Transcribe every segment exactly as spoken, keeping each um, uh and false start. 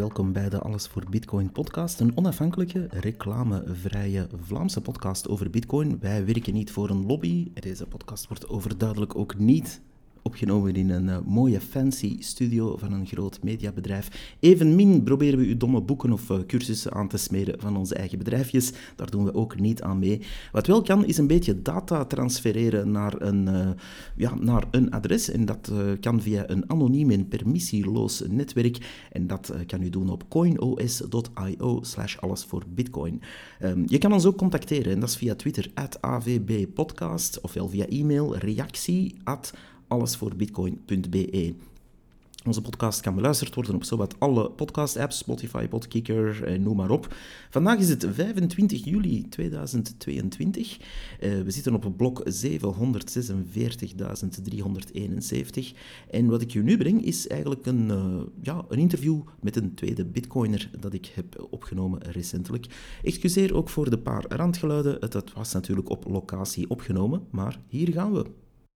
welkom bij de Alles voor Bitcoin podcast, een onafhankelijke, reclamevrije Vlaamse podcast over Bitcoin. Wij werken niet voor een lobby. Deze podcast wordt overduidelijk ook niet opgenomen in een uh, mooie fancy studio van een groot mediabedrijf. Evenmin proberen we u domme boeken of uh, cursussen aan te smeren van onze eigen bedrijfjes. Daar doen we ook niet aan mee. Wat wel kan, is een beetje data transfereren naar een, uh, ja, naar een adres. En dat uh, kan via een anoniem en permissieloos netwerk. En dat uh, kan u doen op coinos.io slash alles voor bitcoin. Um, je kan ons ook contacteren. En dat is via Twitter, at A V B podcast. Ofwel via e-mail, reactie, at allesvoorbitcoin punt b e. Onze podcast kan beluisterd worden op zowat alle podcast-apps, Spotify, Podkicker, eh, noem maar op. Vandaag is het vijfentwintig juli tweeduizend tweeëntwintig. Uh, we zitten op blok zevenhonderdzesenveertigduizend driehonderdeenenzeventig. En wat ik je nu breng is eigenlijk een, uh, ja, een interview met een tweede bitcoiner dat ik heb opgenomen recentelijk. Excuseer ook voor de paar randgeluiden. Het, het was natuurlijk op locatie opgenomen, maar hier gaan we.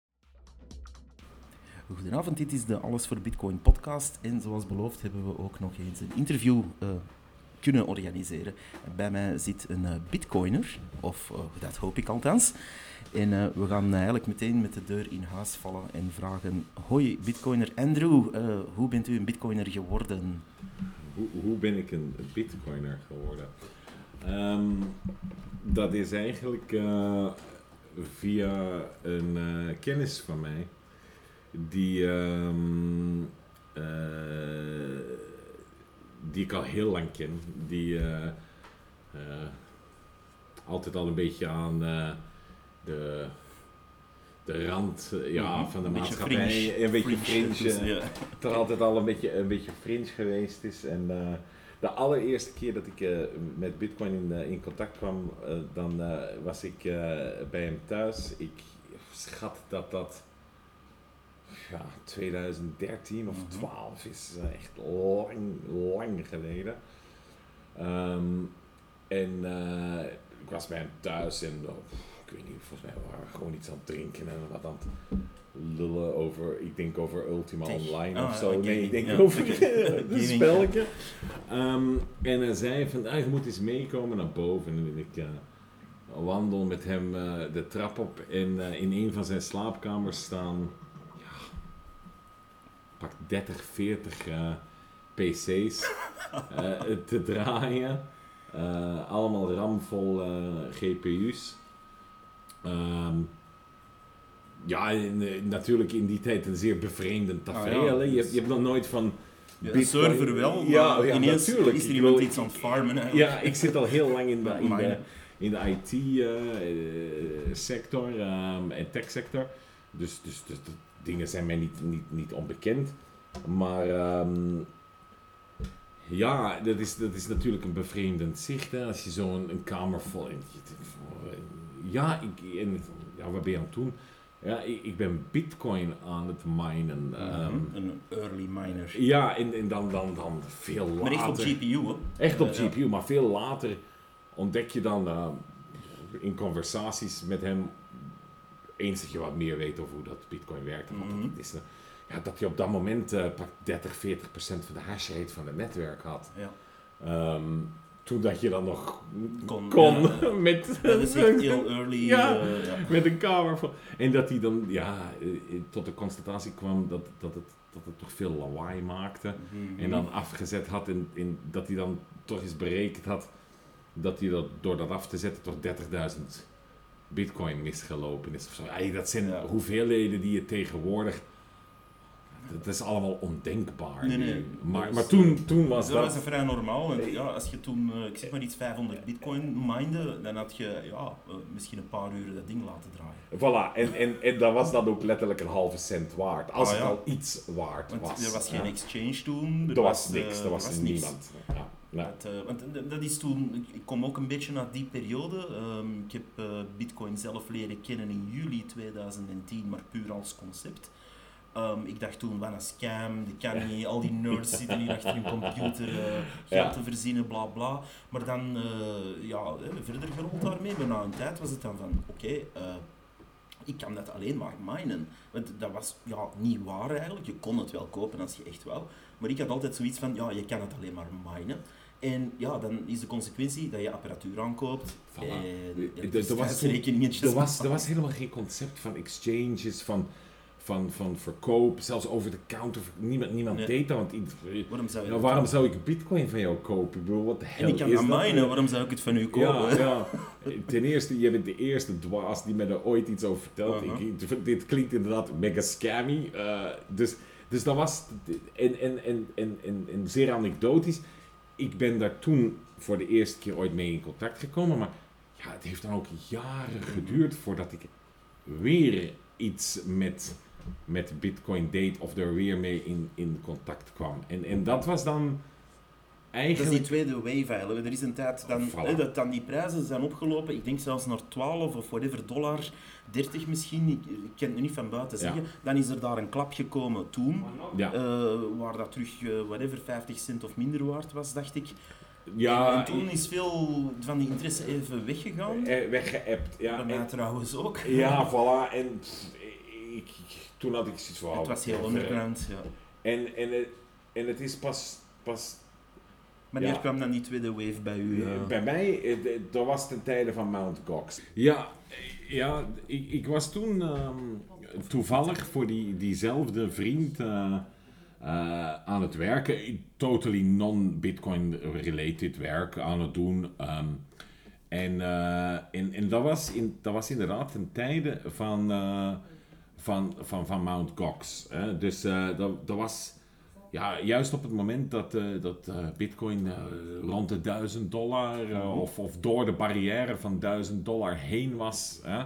Goedenavond, dit is de Alles voor Bitcoin podcast en zoals beloofd hebben we ook nog eens een interview uh, kunnen organiseren. Bij mij zit een uh, bitcoiner, of uh, dat hoop ik althans. En uh, we gaan eigenlijk meteen met de deur in huis vallen en vragen: hoi bitcoiner Andrew, uh, hoe bent u een bitcoiner geworden? Hoe, hoe ben ik een bitcoiner geworden? Um, dat is eigenlijk uh, via een uh, kennis van mij. Die, um, uh, die ik al heel lang ken, die uh, uh, altijd al een beetje aan uh, de, de rand uh, ja, mm, van de een maatschappij, beetje een beetje fringe, fringe, dus, ja. toch altijd al een beetje, een beetje fringe geweest is. En uh, de allereerste keer dat ik uh, met Bitcoin in, uh, in contact kwam, uh, dan uh, was ik uh, bij hem thuis. Ik schat dat dat Ja, tweeduizend dertien of twaalf is uh, echt lang, lang geleden. Um, en uh, ik was bij hem thuis en uh, ik weet niet, volgens mij waren we gewoon iets aan het drinken en wat aan het lullen over, ik denk over Ultima Tech. Online of oh, zo. Nee, ik denk ja, over een spelletje. Um, en hij zei van, ah, je moet eens meekomen naar boven. En ik uh, wandel met hem uh, de trap op en uh, in een van zijn slaapkamers staan pak dertig, veertig uh, P C's uh, te draaien. Uh, allemaal ramvol uh, G P U's. Um, ja, in, in, natuurlijk in die tijd een zeer bevreemdend tafereel. Ah, ja. je, je hebt nog nooit van... Ja, de server wel, maar ja, ja, ineens natuurlijk. is er iemand iets aan het farmen. Eigenlijk. Ja, ik zit al heel lang in de, in de, in de I T-sector uh, um, en tech-sector. Dus, dus, dus de dingen zijn mij niet, niet, niet onbekend. Maar um, ja, dat is, dat is natuurlijk een bevreemdend zicht. Hè, als je zo'n een kamer vol... En, ja, ik, en, ja, wat ben je aan het doen? Ja, ik, ik ben bitcoin aan het minen. Um, een early miner. Ja, en, en dan, dan, dan veel later... Maar echt op G P U, hè? Echt op uh, G P U, ja. maar veel later ontdek je dan uh, in conversaties met hem... eens dat je wat meer weet over hoe dat bitcoin werkt. Mm-hmm. Dat, is, uh, ja, dat je op dat moment uh, dertig, veertig procent van de hash rate van het netwerk had. Ja. Um, toen dat je dan nog kon, kon ja, met, dat is echt heel early. Ja, uh, ja. met een kamer van... En dat hij dan ja, tot de constatatie kwam dat, dat, het, dat het toch veel lawaai maakte. Mm-hmm. En dan afgezet had en, en dat hij dan toch eens berekend had dat hij dat door dat af te zetten toch dertigduizend bitcoin misgelopen is of zo. Ay, dat zijn ja. hoeveelheden die je tegenwoordig... Dat is allemaal ondenkbaar. Nee, nee. Maar, maar toen, toen was dat... Dat was vrij normaal. En, ja, als je toen, uh, ik zeg maar iets, vijfhonderd bitcoin minde, dan had je ja, uh, misschien een paar uur dat ding laten draaien. Voilà, en, en, en dat was dan ook letterlijk een halve cent waard. Als ah, ja. het al iets waard want was. Er was geen ja. exchange toen. Er was, was niks, er was, was niemand. Ja. Nee. Dat, uh, want dat is toen, ik kom ook een beetje uit die periode. Um, ik heb uh, bitcoin zelf leren kennen in juli tweeduizend tien, maar puur als concept. Um, ik dacht toen, wat een scam, dat kan niet, al die nerds zitten hier achter hun computer uh, geld ja. te verzinnen, bla bla. Maar dan, uh, ja, verder gerold daarmee, maar na een tijd was het dan van, oké, okay, uh, ik kan dat alleen maar minen. Want dat was ja, niet waar eigenlijk. Je kon het wel kopen als je echt wou. Maar ik had altijd zoiets van, ja, je kan het alleen maar minen. En ja, dan is de consequentie dat je apparatuur aankoopt. Voilà. En Er- dus er was rekeningetjes. Er was, er was helemaal geen concept van exchanges, van, van, van verkoop, zelfs over de counter. Niemand, niemand Nee. deed dat, want ieder- Waarom zou je ja, dat waarom doen? zou ik bitcoin van jou kopen? Ik bedoel, wat de hel En ik kan is dat dat? minen, waarom zou ik het van u kopen? Ja, ja. Ten eerste, je bent de eerste dwaas die me er ooit iets over vertelt. Uh-huh. ik, dit klinkt inderdaad mega scammy. Uh, dus, dus dat was... En, en, en, en, en, en zeer anekdotisch. Ik ben daar toen voor de eerste keer ooit mee in contact gekomen. Maar ja, het heeft dan ook jaren geduurd voordat ik weer iets met, met bitcoin deed. Of er weer mee in, in contact kwam. En, en dat was dan... Dat is Eigenlijk... die tweede wave eigenlijk. Er is een tijd dan, Voilà. hè, dat dan die prijzen zijn opgelopen. Ik denk zelfs naar twaalf of whatever dollar, dertig misschien. Ik, ik kan het nu niet van buiten zeggen. Ja. Dan is er daar een klap gekomen toen, Ja. eh, waar dat terug eh, whatever vijftig cent of minder waard was, dacht ik. Ja, en, en toen is veel van die interesse even weggegaan. eh, weggeëpt. Ja, Bij mij en- trouwens ook. Ja, voilà. En ik, ik- toen had ik zoiets van... Het was heel eh, underground, ja. En, en, het, en het is pas... pas Wanneer Ja. kwam dan die tweede wave bij u? eh, eh? bij mij, eh, de- dat was ten tijde van Mount Gox. Ja, eh, ja ik, ik was toen ehm, toevallig voor die, diezelfde vriend eh, eh, aan het werken. Totally non-Bitcoin related werk aan het doen. ehm, en eh, en, en dat, was in, dat was inderdaad ten tijde van, eh, van, van, van Mount Gox. Hè. Dus eh, dat, dat was ja, juist op het moment dat, eh, dat eh, Bitcoin eh, rond de duizend dollar eh, of, of door de barrière van duizend dollar heen was. Hè.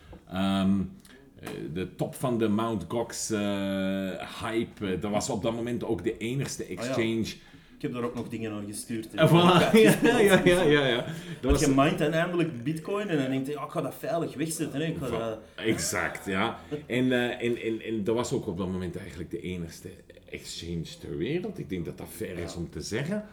Ehm, eh, de top van de Mount Gox eh, hype, eh, dat was op dat moment ook de enigste exchange. Ik heb daar ook nog dingen aan gestuurd. hè. En voilà. Ja, ja, ja, ja, ja. Dat Want was je mindt dan eindelijk bitcoin en dan denk je, ja, ik ga dat veilig wegzetten. Hè. Ik ga dat... Exact, ja. En, eh, en, en, en dat was ook op dat moment eigenlijk de enigste exchange ter wereld. Ik denk dat dat fair is om te zeggen.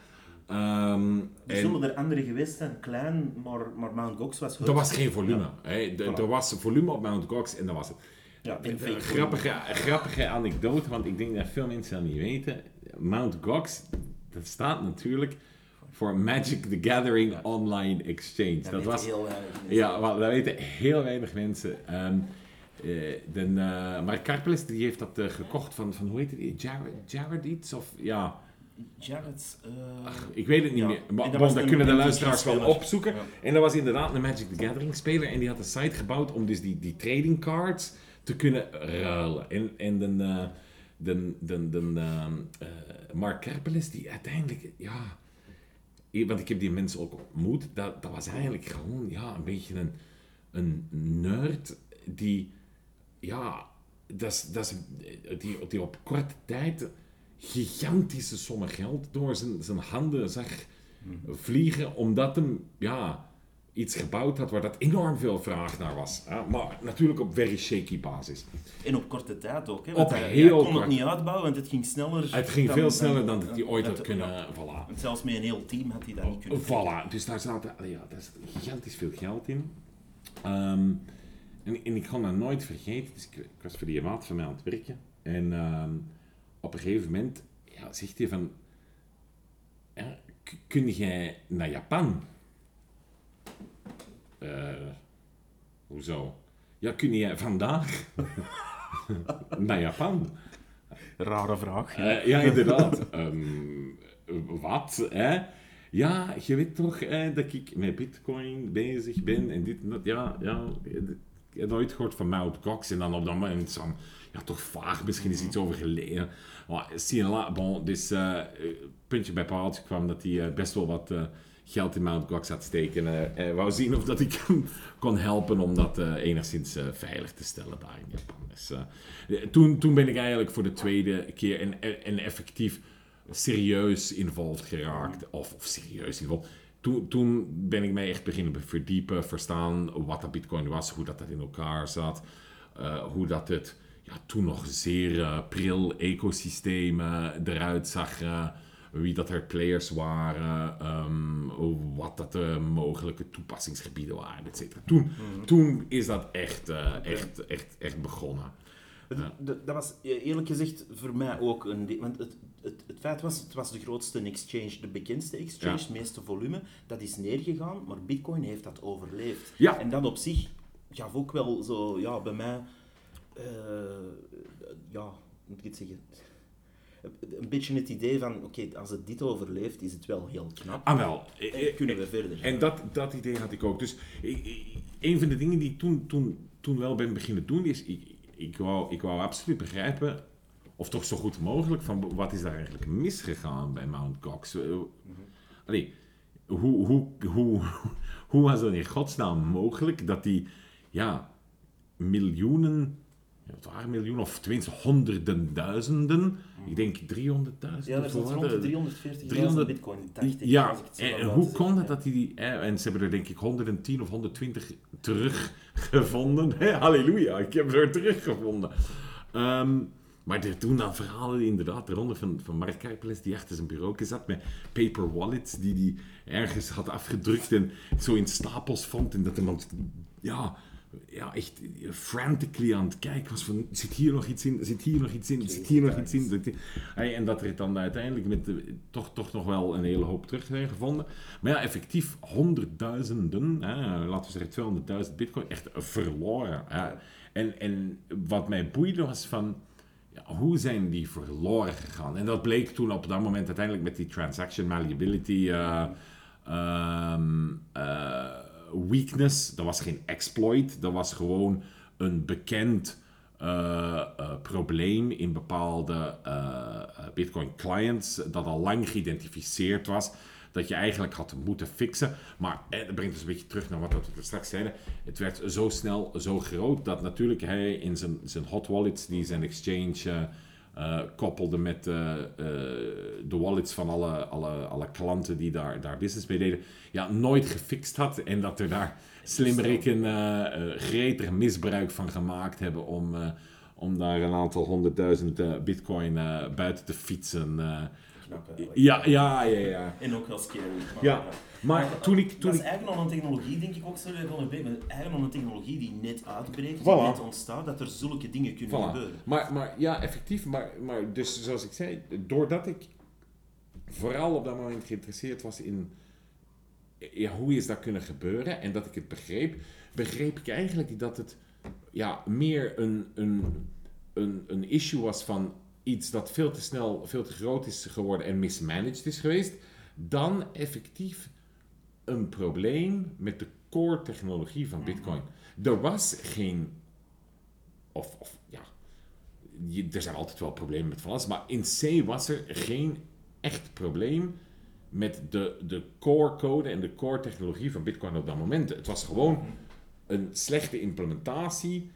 Ehm, Er en zullen er andere geweest zijn, klein, maar, maar Mount Gox was... er was geen volume. Ja. Hè. De- Voilà. Er was volume op Mount Gox en dat was het. Ja, en Een fake grappige, grappige anekdote, want ik denk dat veel mensen dat niet weten. Mount Gox, dat staat natuurlijk voor Magic the Gathering Ja. Online Exchange. Dat, Dat weten was... heel weinig mensen. Ja, wel, dat weten heel weinig mensen. Ehm eh, de, uh, maar Karpeles die heeft dat eh, gekocht van, van, hoe heet het? Jared, Jared iets? Of, ja, Jared... eh, ach, ik weet het niet ja. meer. En Maar dat bon, was dat een kunnen de M T luisteraars wel G-speler. opzoeken. Ja. En dat was inderdaad een Magic the Gathering speler. En die had een site gebouwd om dus die, die trading cards te kunnen ruilen. En, en de, uh, de, de, de, uh, uh, Mark Karpeles die uiteindelijk, ja... Want ik heb die mensen ook ontmoet. Dat, dat was eigenlijk gewoon ja, een beetje een, een nerd die... Ja, dat is, dat is, die, die op korte tijd gigantische sommen geld door zijn, zijn handen zag vliegen, omdat hem ja, iets gebouwd had waar dat enorm veel vraag naar was. Hè? Maar natuurlijk op very shaky basis. En op korte tijd ook. Hè, Op want hij, heel hij kon kort. het niet uitbouwen, want het ging sneller. Het ging dan- veel sneller dan dat hij ooit dat- had kunnen... ja. Voilà. Want zelfs met een heel team had hij dat niet kunnen. Voilà, dus daar zat ja, daar zat gigantisch veel geld in. Um, en, en ik kon dat nooit vergeten. Dus ik, ik was voor die maat van mij aan het werken. En um, op een gegeven moment ja, zegt hij van... Ja, k- kun jij naar Japan? Uh, hoezo? Ja, kun jij vandaag naar Japan? Rare vraag. Uh, ja, inderdaad. um, wat, hè? Ja, je weet toch hè, dat ik met bitcoin bezig ben en dit en dat. Ja, ja. Ik heb nooit gehoord van Mount Gox en dan op dat moment zo, ja, toch vaag, misschien is iets over geleden. Maar zie je la, bon, dus uh, puntje bij paaltje kwam dat hij uh, best wel wat uh, geld in Mount Gox had steken. En uh, wou zien of dat ik hem kon helpen om dat uh, enigszins uh, veilig te stellen daar in Japan. Dus, uh, toen, toen ben ik eigenlijk voor de tweede keer en, en effectief serieus involved geraakt. Of, of serieus involved. Toen, toen ben ik mij echt beginnen verdiepen, verstaan wat dat bitcoin was, hoe dat, dat in elkaar zat. Uh, hoe dat het ja, toen nog zeer uh, pril ecosysteem uh, eruit zag. Uh, wie dat er players waren, um, wat dat de mogelijke toepassingsgebieden waren, et cetera. Toen, mm-hmm. toen is dat echt, uh, echt, echt, echt begonnen. Ja. Dat, dat was eerlijk gezegd voor mij ook een... Want het, het, het feit was, het was de grootste exchange, de bekendste exchange, ja. het meeste volume. Dat is neergegaan, maar Bitcoin heeft dat overleefd. Ja. En dat op zich gaf ook wel zo, ja, bij mij... Uh, ja, hoe moet ik het zeggen... Een beetje het idee van, oké, okay, als het dit overleeft, is het wel heel knap. Ah wel. En kunnen we verder. En dat, dat idee had ik ook. Dus een van de dingen die ik toen, toen, toen wel ben beginnen doen, is... Ik, Ik wou, ik wou absoluut begrijpen, of toch zo goed mogelijk, van wat is daar eigenlijk misgegaan bij Mount Gox. Mm-hmm. Allee, hoe, hoe, hoe, hoe was dat in godsnaam mogelijk dat die ja, miljoenen, ja, het waren miljoenen of tenminste honderden duizenden, mm-hmm. ik denk driehonderdduizend. Ja, dat is rond de driehonderdveertigduizend bitcoin, dacht ik. Ja, en, en hoe kon het dat die, eh, en ze hebben er denk ik honderdtien of honderdtwintig teruggevonden. Halleluja, ik heb ze er teruggevonden. Um, maar er toen dan verhalen inderdaad eronder van, van Mark Karpeles, die achter zijn bureau zat met paper wallets die hij ergens had afgedrukt en zo in stapels vond en dat iemand, ja... Ja, echt frantically aan het kijken was van, zit hier nog iets in, zit hier nog iets in, zit hier nog iets in. En dat er dan uiteindelijk met de, toch, toch nog wel een hele hoop terug zijn gevonden. Maar ja, effectief honderdduizenden, hè, laten we zeggen tweehonderdduizend bitcoin, echt verloren. Hè. En, en wat mij boeide was van, ja, hoe zijn die verloren gegaan? En dat bleek toen op dat moment uiteindelijk met die transaction malleability... Uh, um, uh, weakness, dat was geen exploit, dat was gewoon een bekend uh, uh, probleem in bepaalde uh, Bitcoin clients dat al lang geïdentificeerd was, dat je eigenlijk had moeten fixen. Maar eh, dat brengt ons een beetje terug naar wat we straks zeiden. Het werd zo snel, zo groot, dat natuurlijk hij in zijn, zijn hot wallets, die zijn exchange uh, uh, koppelde met uh, uh, de wallets van alle, alle, alle klanten die daar, daar business mee deden, ja, nooit gefixt had. En dat er daar slimmerikken uh, uh, gretig misbruik van gemaakt hebben om, uh, om daar een aantal honderdduizend uh, bitcoin uh, buiten te fietsen. Uh, Knap, ja, ja, ja, ja. En ook wel scary. Maar, ja. Maar, maar toen ik... Toen dat is ik... eigenlijk nog een technologie, denk ik ook, sorry, van een beetje, eigenlijk nog een technologie die net uitbreekt, voilà. die net ontstaat, dat er zulke dingen kunnen voilà. gebeuren. Maar, maar ja, effectief, maar, maar dus zoals ik zei, doordat ik vooral op dat moment geïnteresseerd was in ja, hoe is dat kunnen gebeuren en dat ik het begreep, begreep ik eigenlijk dat het ja, meer een, een, een, een issue was van iets dat veel te snel, veel te groot is geworden en mismanaged is geweest, dan effectief een probleem met de core technologie van Bitcoin. Er was geen, of, of ja, je, er zijn altijd wel problemen met van alles, maar in C was er geen echt probleem met de, de core code en de core technologie van Bitcoin op dat moment. Het was gewoon een slechte implementatie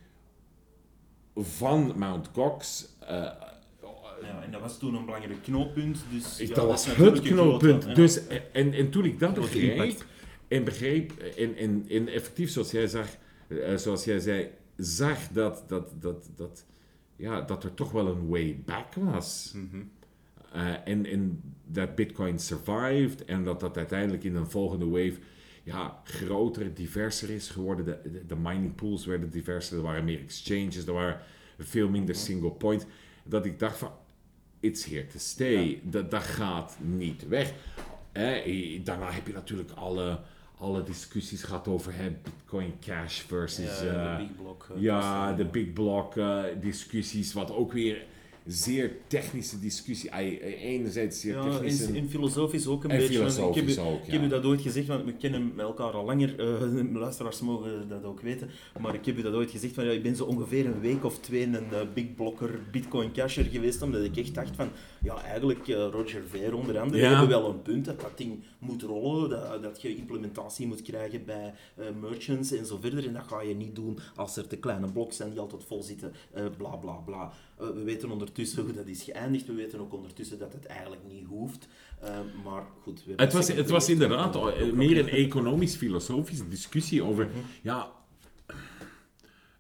van Mount Gox. Uh, Ja, en dat was toen een belangrijk knooppunt. Dus, ik, ja, dat was het knooppunt. Ja. Dus, en, en toen ik dat begreep, en begreep, en, en, en effectief zoals jij zag, uh, zoals jij zei, zag dat, dat, dat, dat, ja, dat er toch wel een way back was. Mm-hmm. Uh, en, en dat Bitcoin survived en dat dat uiteindelijk in een volgende wave ja, groter, diverser is geworden. De, de, de mining pools werden diverser, er waren meer exchanges, er waren veel minder single point. Dat ik dacht van, it's here to stay. Ja. Dat, dat gaat niet weg. Eh, daarna heb je natuurlijk alle, alle discussies gehad over hè, Bitcoin Cash versus... Ja, uh, de big block. Uh, ja, de big block uh, discussies, wat ook weer zeer technische discussie. Enerzijds zeer ja, technisch en, en filosofisch ook een en beetje. Filosofisch ik heb, ook, ja. Ik heb u dat ooit gezegd, want we kennen elkaar al langer. Uh, de luisteraars mogen dat ook weten. Maar ik heb u dat ooit gezegd van ja, ik ben zo ongeveer een week of twee een uh, big blocker Bitcoin Casher geweest, omdat ik echt dacht van ja, eigenlijk uh, Roger Ver onder andere ja. hebben wel een punt dat dat ding moet rollen, dat, dat je implementatie moet krijgen bij uh, merchants en zo verder. En dat ga je niet doen als er te kleine bloks zijn die altijd vol zitten, uh, bla bla bla. Uh, we weten ondertussen hoe dat is geëindigd, we weten ook ondertussen dat het eigenlijk niet hoeft. Uh, maar goed. We het was, het was inderdaad uh, meer een economisch-filosofische discussie over, mm-hmm. ja,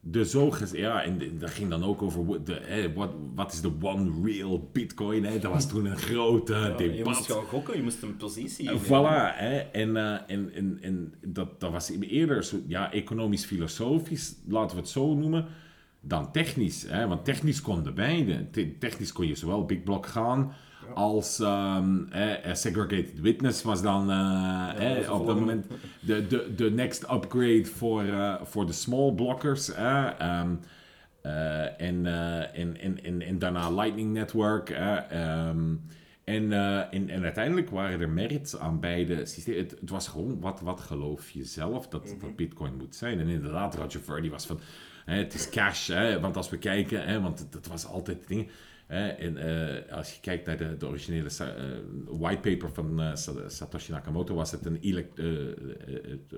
de zogez... Ja, en de, dat ging dan ook over de, hè, wat, wat is de one real bitcoin? Hè? Dat was toen een grote Ja, debat. je moest gaan gokken, je moest een positie Uh, voilà, hè? En, uh, en, en, en dat, dat was eerder zo, ja, economisch-filosofisch, laten we het zo noemen, dan technisch. Hè? Want technisch konden beide. Te- technisch kon je zowel big block gaan Ja. als um, eh, segregated witness was dan uh, Ja, eh, dat is op dat volgende. moment de, de, de next upgrade voor uh, voor de small blockers. Eh? Um, uh, en, uh, en, en, en, en daarna Lightning Network. Eh? Um, En, uh, en, en uiteindelijk waren er merits aan beide systemen. Het, het was gewoon, wat, wat geloof je zelf dat, Mm-hmm. dat Bitcoin moet zijn? En inderdaad, Roger Ver, die was van, hè, het is cash, hè, want als we kijken, hè, want dat was altijd dingen. Hè, en uh, als je kijkt naar de, de originele uh, whitepaper van uh, Satoshi Nakamoto, was het een elect... Uh, uh, uh, uh, uh,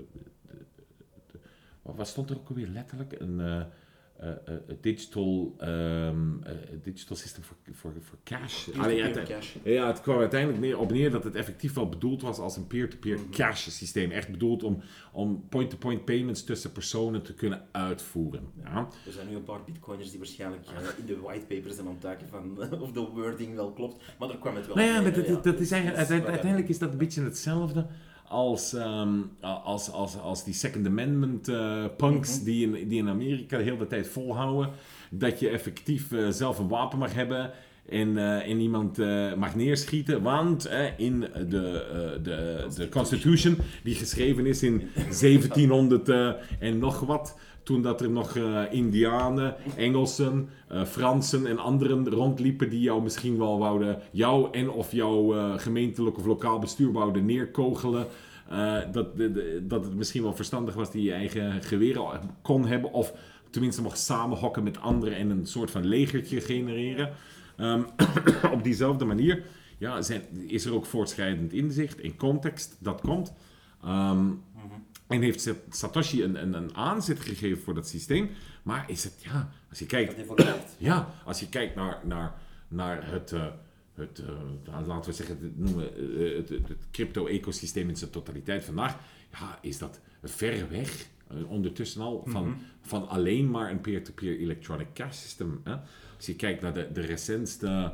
uh, wat stond er ook alweer letterlijk? Een... Uh, Uh, uh, a digital, um, uh, a digital system voor cash. Allee, het, cash. Ja, het kwam uiteindelijk neer, op neer dat het effectief wel bedoeld was als een peer-to-peer Mm-hmm. cash systeem. Echt bedoeld om, om point-to-point payments tussen personen te kunnen uitvoeren. Ja. Er zijn nu een paar bitcoiners die waarschijnlijk uh, in de whitepapers zijn aan het kijken van uh, of de wording wel klopt. Maar daar kwam het wel Nou ja, op maar neer, dat, ja. dat is eigenlijk, Dus, uiteindelijk, uh, uiteindelijk is dat een beetje hetzelfde als, um, als, als, als die Second Amendment uh, punks Mm-hmm. die, in, die in Amerika de hele tijd volhouden. Dat je effectief uh, zelf een wapen mag hebben en, uh, en iemand uh, mag neerschieten. Want uh, in de, uh, de, de Constitution, die geschreven is in zeventienhonderd uh, en nog wat... Toen dat er nog uh, Indianen, Engelsen, uh, Fransen en anderen rondliepen die jou misschien wel wouden, jou en of jouw uh, gemeentelijk of lokaal bestuur wouden neerkogelen. Uh, dat, de, de, dat het misschien wel verstandig was die je eigen geweren kon hebben of tenminste mocht samenhokken met anderen en een soort van legertje genereren. Um, op diezelfde manier ja, zijn, is er ook voortschrijdend inzicht in context, dat komt. Um, En heeft Satoshi een, een, een aanzet gegeven voor dat systeem. Maar is het, ja, als je kijkt... Ja, als je kijkt naar, naar, naar het, uh, het uh, laten we zeggen, het, noemen, uh, het, het, het crypto-ecosysteem in zijn totaliteit vandaag, ja, is dat ver weg, uh, ondertussen al, van, mm-hmm. van alleen maar een peer-to-peer electronic cash system. Hè? Als je kijkt naar de, de recentste...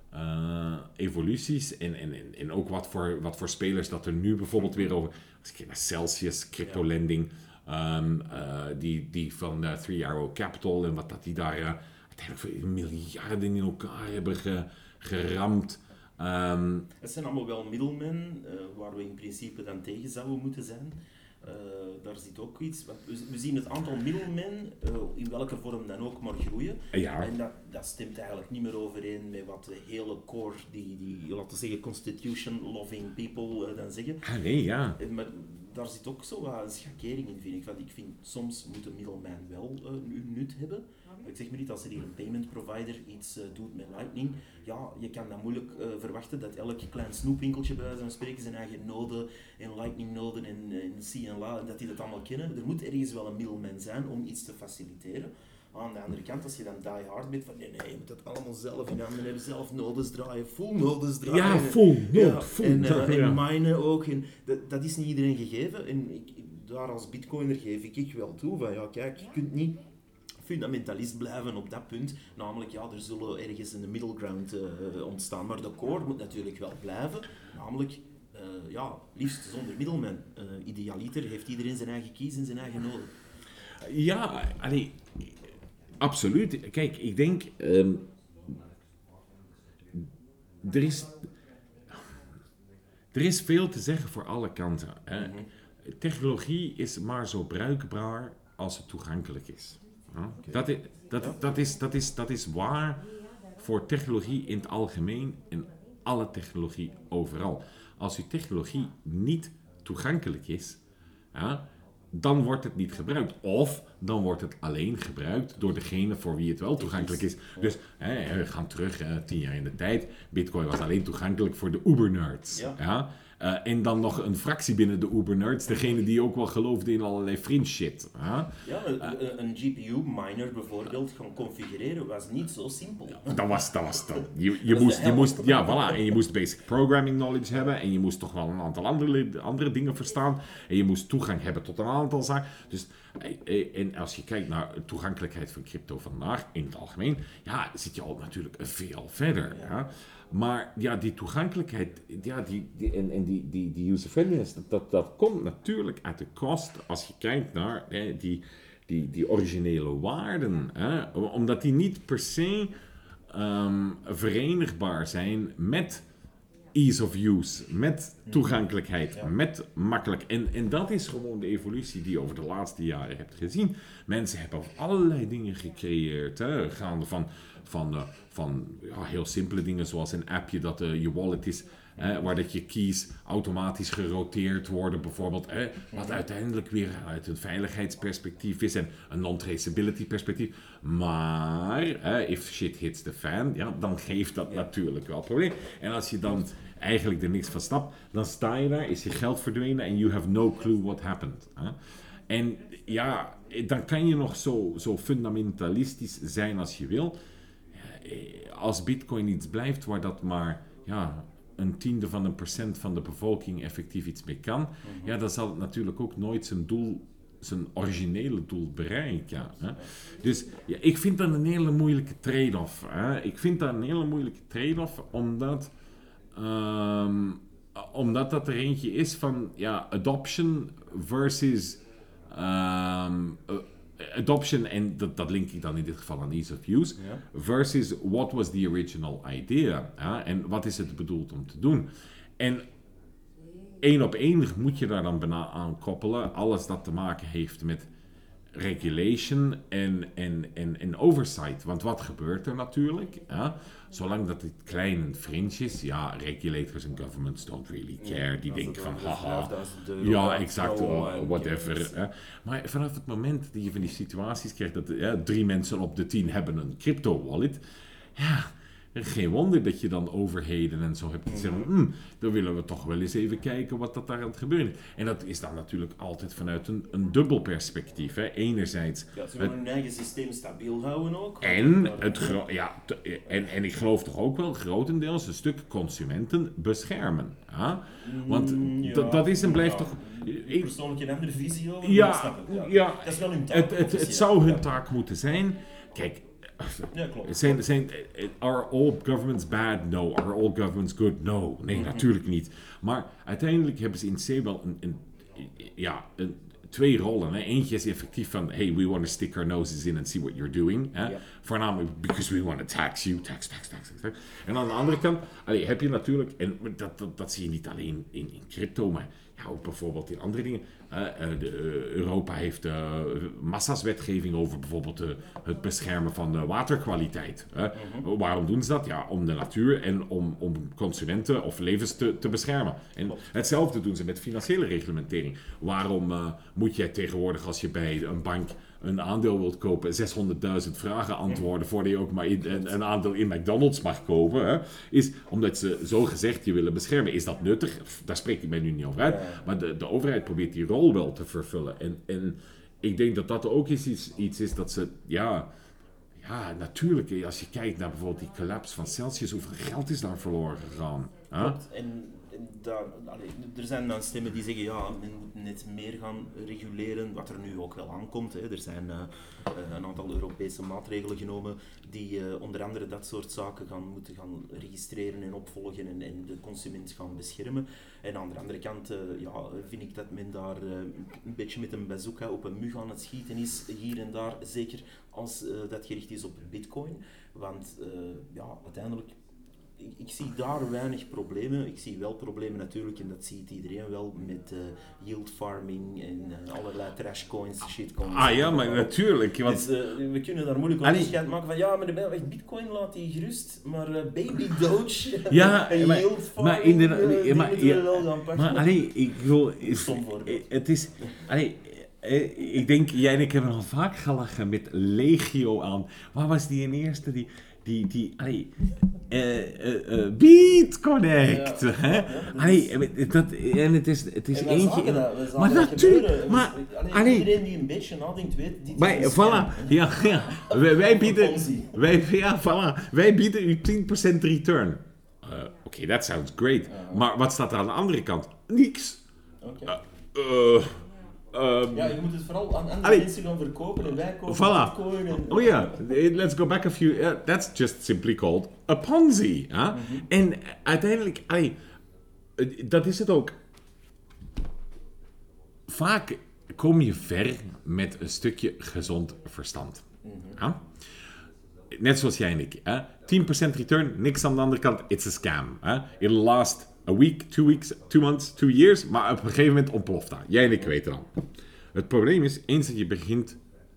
Uh, evoluties en, en, en ook wat voor, wat voor spelers dat er nu bijvoorbeeld weer over... Als ik kijk naar Celsius, crypto lending, um, uh, die, die van uh, Three Arrow Capital en wat dat die daar uh, uiteindelijk miljarden in elkaar hebben ge, geramd. Um, Het zijn allemaal wel middelmen, uh, waar we in principe dan tegen zouden moeten zijn. Uh, daar zit ook iets. We zien het aantal middelmen, uh, in welke vorm dan ook, maar groeien. Ja. En dat, dat stemt eigenlijk niet meer overeen met wat de hele core, die, die laten we zeggen, constitution-loving people uh, dan zeggen. Ah, nee, ja. Uh, maar daar zit ook zo wat een schakering in, vind ik. Want ik vind, soms moet een middelman wel uh, een nut hebben. Ik zeg maar niet, als er hier een payment provider iets uh, doet met Lightning, ja, je kan dan moeilijk uh, verwachten dat elk klein snoepwinkeltje bij wijze van spreken zijn eigen node en Lightning noden en, en C en La, en dat die dat allemaal kennen. Er moet ergens wel een middelman zijn om iets te faciliteren. Aan de andere kant, als je dan die hard bent van nee, nee, je moet dat allemaal zelf in handen hebben, zelf nodes draaien, full nodes draaien. Ja, full node, ja, full en, uh, node, en ja. minen ook. En dat, dat is niet iedereen gegeven. En ik, daar als bitcoiner geef ik, ik wel toe van ja, kijk, je kunt niet fundamentalist blijven op dat punt. Namelijk, ja, er zullen ergens een middle ground uh, ontstaan. Maar de core moet natuurlijk wel blijven. Namelijk, uh, ja, liefst zonder middelman. Uh, idealiter heeft iedereen zijn eigen keys en zijn eigen node. Ja, allee, absoluut. Kijk, ik denk... Um, er is... Er is veel te zeggen voor alle kanten. Hè. Mm-hmm. Technologie is maar zo bruikbaar als het toegankelijk is. Ja? Okay. Dat, is, dat, ja. dat, is, dat, is, dat is waar voor technologie in het algemeen en alle technologie overal. Als uw technologie niet toegankelijk is, ja, dan wordt het niet gebruikt. Of dan wordt het alleen gebruikt door degene voor wie het wel toegankelijk is. Dus hè, we gaan terug, hè, tien jaar in de tijd. Bitcoin was alleen toegankelijk voor de uber-nerds. Ja. Ja? Uh, en dan nog een fractie binnen de uber-nerds. Degene die ook wel geloofde in allerlei fringe shit. Huh? Ja, een, uh, een G P U-miner bijvoorbeeld gaan configureren was niet zo simpel. Ja, dat was, dat was dat. Je, je dat moest, je moest, ja, voilà. En je moest basic programming knowledge hebben. En je moest toch wel een aantal andere, andere dingen verstaan. En je moest toegang hebben tot een aantal zaken. Dus En als je kijkt naar de toegankelijkheid van crypto vandaag, in het algemeen, ja, zit je al natuurlijk veel verder. Ja. Ja. Maar ja, die toegankelijkheid ja, die, die, en, en die, die, die user-friendliness, dat, dat, dat komt natuurlijk uit de kost als je kijkt naar hè, die, die, die originele waarden. Hè, omdat die niet per se um, verenigbaar zijn met ease of use, met toegankelijkheid, ja. met makkelijk. En, en dat is gewoon de evolutie die je over de laatste jaren hebt gezien. Mensen hebben allerlei dingen gecreëerd, hè, gaande van, van, uh, van ja, heel simpele dingen zoals een appje dat uh, je wallet is, hè, waar dat je keys automatisch geroteerd worden bijvoorbeeld, hè, wat uiteindelijk weer uit een veiligheidsperspectief is en een non-traceability perspectief. Maar, hè, if shit hits the fan, ja, dan geeft dat ja. natuurlijk wel een probleem. En als je dan eigenlijk er niks van snapt, dan sta je daar, is je geld verdwenen en you have no clue what happened. Hè? En ja, dan kan je nog zo, zo fundamentalistisch zijn als je wil. Als Bitcoin iets blijft waar dat maar ja, een tiende van een procent van de bevolking effectief iets mee kan, mm-hmm. ja, dan zal het natuurlijk ook nooit zijn doel, zijn originele doel bereiken. Hè? Dus ja, ik vind dat een hele moeilijke trade-off. Hè? Ik vind dat een hele moeilijke trade-off, omdat Um, omdat dat er eentje is van ja, adoption versus um, uh, adoption, en dat, dat link ik dan in dit geval aan ease of use, ja. versus what was the original idea. Ja? En wat is het bedoeld om te doen? En één op één moet je daar dan bijna aan koppelen, alles dat te maken heeft met regulation en, en, en, en oversight. Want wat gebeurt er natuurlijk? Ja? Zolang dat het klein en fringe is, ja, regulators en governments don't really care. Die ja, denken van, haha, ja, exact, whatever. Hè. Maar vanaf het moment dat je van die situaties krijgt dat ja, drie mensen op de tien hebben een crypto-wallet, ja, geen wonder dat je dan overheden en zo hebt te zeggen, mm, dan willen we toch wel eens even kijken wat dat daar aan het gebeuren is. En dat is dan natuurlijk altijd vanuit een, een dubbel perspectief. Hè. Enerzijds... Ja, ze willen hun eigen systeem stabiel houden ook. En, het gro- ja, te, en, en ik geloof toch ook wel grotendeels een stuk consumenten beschermen. Hè? Want mm, ja, d- dat is en blijft ja. toch... Ik persoonlijk een andere visie over, ja, maar snap het. Ja. Ja, dat is wel hun taak. Het, het, het zou hun taak moeten zijn. Kijk... Ja, klopt. Zijn, zijn, are all governments bad? No. Are all governments good? No. Nee, mm-hmm. natuurlijk niet. Maar uiteindelijk hebben ze in C wel een, een, ja, een, twee rollen. Hè. Eentje is effectief van, hey, we want to stick our noses in and see what you're doing. Hè. Yeah. Voornamelijk because we want to tax you. Tax, tax, tax, tax. En aan de andere kant allee, heb je natuurlijk, en dat, dat, dat zie je niet alleen in, in crypto, maar ja, ook bijvoorbeeld in andere dingen. Uh, de, uh, Europa heeft uh, massa's wetgeving over bijvoorbeeld uh, het beschermen van de waterkwaliteit. Uh. Mm-hmm. Waarom doen ze dat? Ja, om de natuur en om, om consumenten of levens te, te beschermen. En hetzelfde doen ze met financiële reglementering. Waarom uh, moet jij tegenwoordig als je bij een bank een aandeel wilt kopen, zeshonderdduizend vragen antwoorden voordat je ook maar in, een, een aandeel in McDonald's mag kopen, hè, is omdat ze zo gezegd je willen beschermen. Is dat nuttig? Daar spreek ik mij nu niet over uit. Maar de, de overheid probeert die rol wel te vervullen. En, en ik denk dat dat ook is iets, iets is dat ze, ja, ja, natuurlijk, als je kijkt naar bijvoorbeeld die collapse van Celsius, hoeveel geld is daar verloren gegaan? Huh? Klopt. En daar, allee, er zijn dan stemmen die zeggen, ja, men moet net meer gaan reguleren, wat er nu ook wel aankomt. Hè. Er zijn uh, uh, een aantal Europese maatregelen genomen die uh, onder andere dat soort zaken gaan moeten gaan registreren en opvolgen en, en de consument gaan beschermen. En aan de andere kant uh, ja, vind ik dat men daar uh, een beetje met een bazooka op een mug aan het schieten is, hier en daar, zeker als uh, dat gericht is op bitcoin. Want uh, ja, uiteindelijk... Ik, ik zie daar weinig problemen. Ik zie wel problemen natuurlijk, en dat ziet iedereen wel, met uh, yield farming en uh, allerlei trashcoins, shitcoins. Ah ja, maar natuurlijk. Want... Dus, uh, we kunnen daar moeilijk onderscheid maken van, ja, maar de echt bitcoin laat die gerust, maar uh, baby doge ja, en maar, yield farming, maar in de, uh, die maar, moeten ja, we wel gaan pakken. Maar allee, ik bedoel, is, het is... Allee, ik denk, jij en ik hebben al vaak gelachen met Legio aan. Waar was die in eerste? Die... Die, die, allee, uh, uh, uh, BeatConnect, ja, hè? Ja, ja, allee, dat, en het is, het is en eentje... Dat, we maar natuurlijk, maar... Allee, allee, iedereen die een beetje nadenkt weet... Dit maar, is voilà, ja, ja, wij, wij bieden... Wij, ja, voilà, wij bieden u tien procent return. Uh, Oké, okay, that sounds great. Uh-huh. Maar wat staat er aan de andere kant? Niks. Okay. Uh, uh, Um, ja, je moet het vooral aan andere allee, mensen gaan verkopen en wij kopen voilà. Bitcoin. En, oh ja, yeah. Let's go back a few... Uh, that's just simply called a Ponzi. Huh? Mm-hmm. En uiteindelijk... Allee, dat is het ook. Vaak kom je ver met een stukje gezond verstand. Mm-hmm. Huh? Net zoals jij en ik. Hè? tien procent return, niks aan de andere kant. It's a scam. Hè? It'll last a week, two weeks, two months, two years. Maar op een gegeven moment ontploft dat. Jij en ik weten dan. Het probleem is, eens dat je begint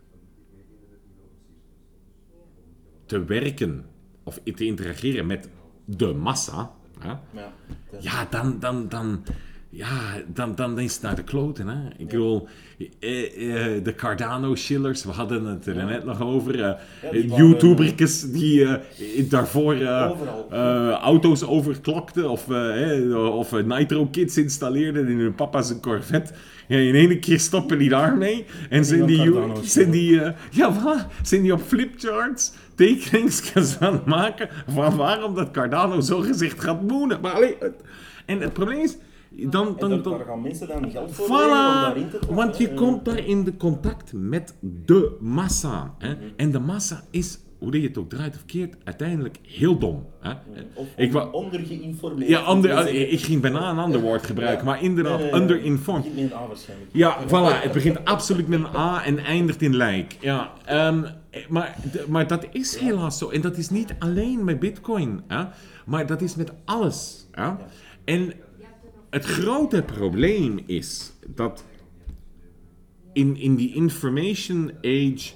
te werken of te interageren met de massa, hè? Ja, ja dan, dan, dan, ja, dan, dan is het naar de kloten. Hè? Ik ja. bedoel, eh, eh, de Cardano-shillers, we hadden het er ja. net nog over. Uh, ja, die YouTubertjes uh, die uh, daarvoor uh, uh, auto's overklokten of, uh, of uh, Nitro-kits installeerden in hun papa's een Corvette. Ja, in één keer stoppen die daarmee. En zijn die, zijn, die, uh, ja, voilà, zijn die op flipcharts tekeningsjes aan het maken van waarom dat Cardano zo gezegd gaat moenen. Maar allee, het, en het probleem is... Dan, dan, en dan, daar gaan mensen dan geld voor voilà, leveren om daarin te komen. Want je uh, komt daar in de contact met de massa. Hè? Mm-hmm. En de massa is, hoe je het ook draait of keert, uiteindelijk heel dom. Hè? Of ik wa- ondergeïnformeerd. Ja, under, ik ging bijna een ander woord gebruiken, ja. maar inderdaad, nee, nee, nee, underinformed. Het begint met een A waarschijnlijk. Ja, voilà, het begint absoluut met een A en eindigt in lijk. Ja, um, maar, maar dat is helaas zo. En dat is niet alleen met Bitcoin, hè? Maar dat is met alles. Hè? Ja. En het grote probleem is dat in, in die information age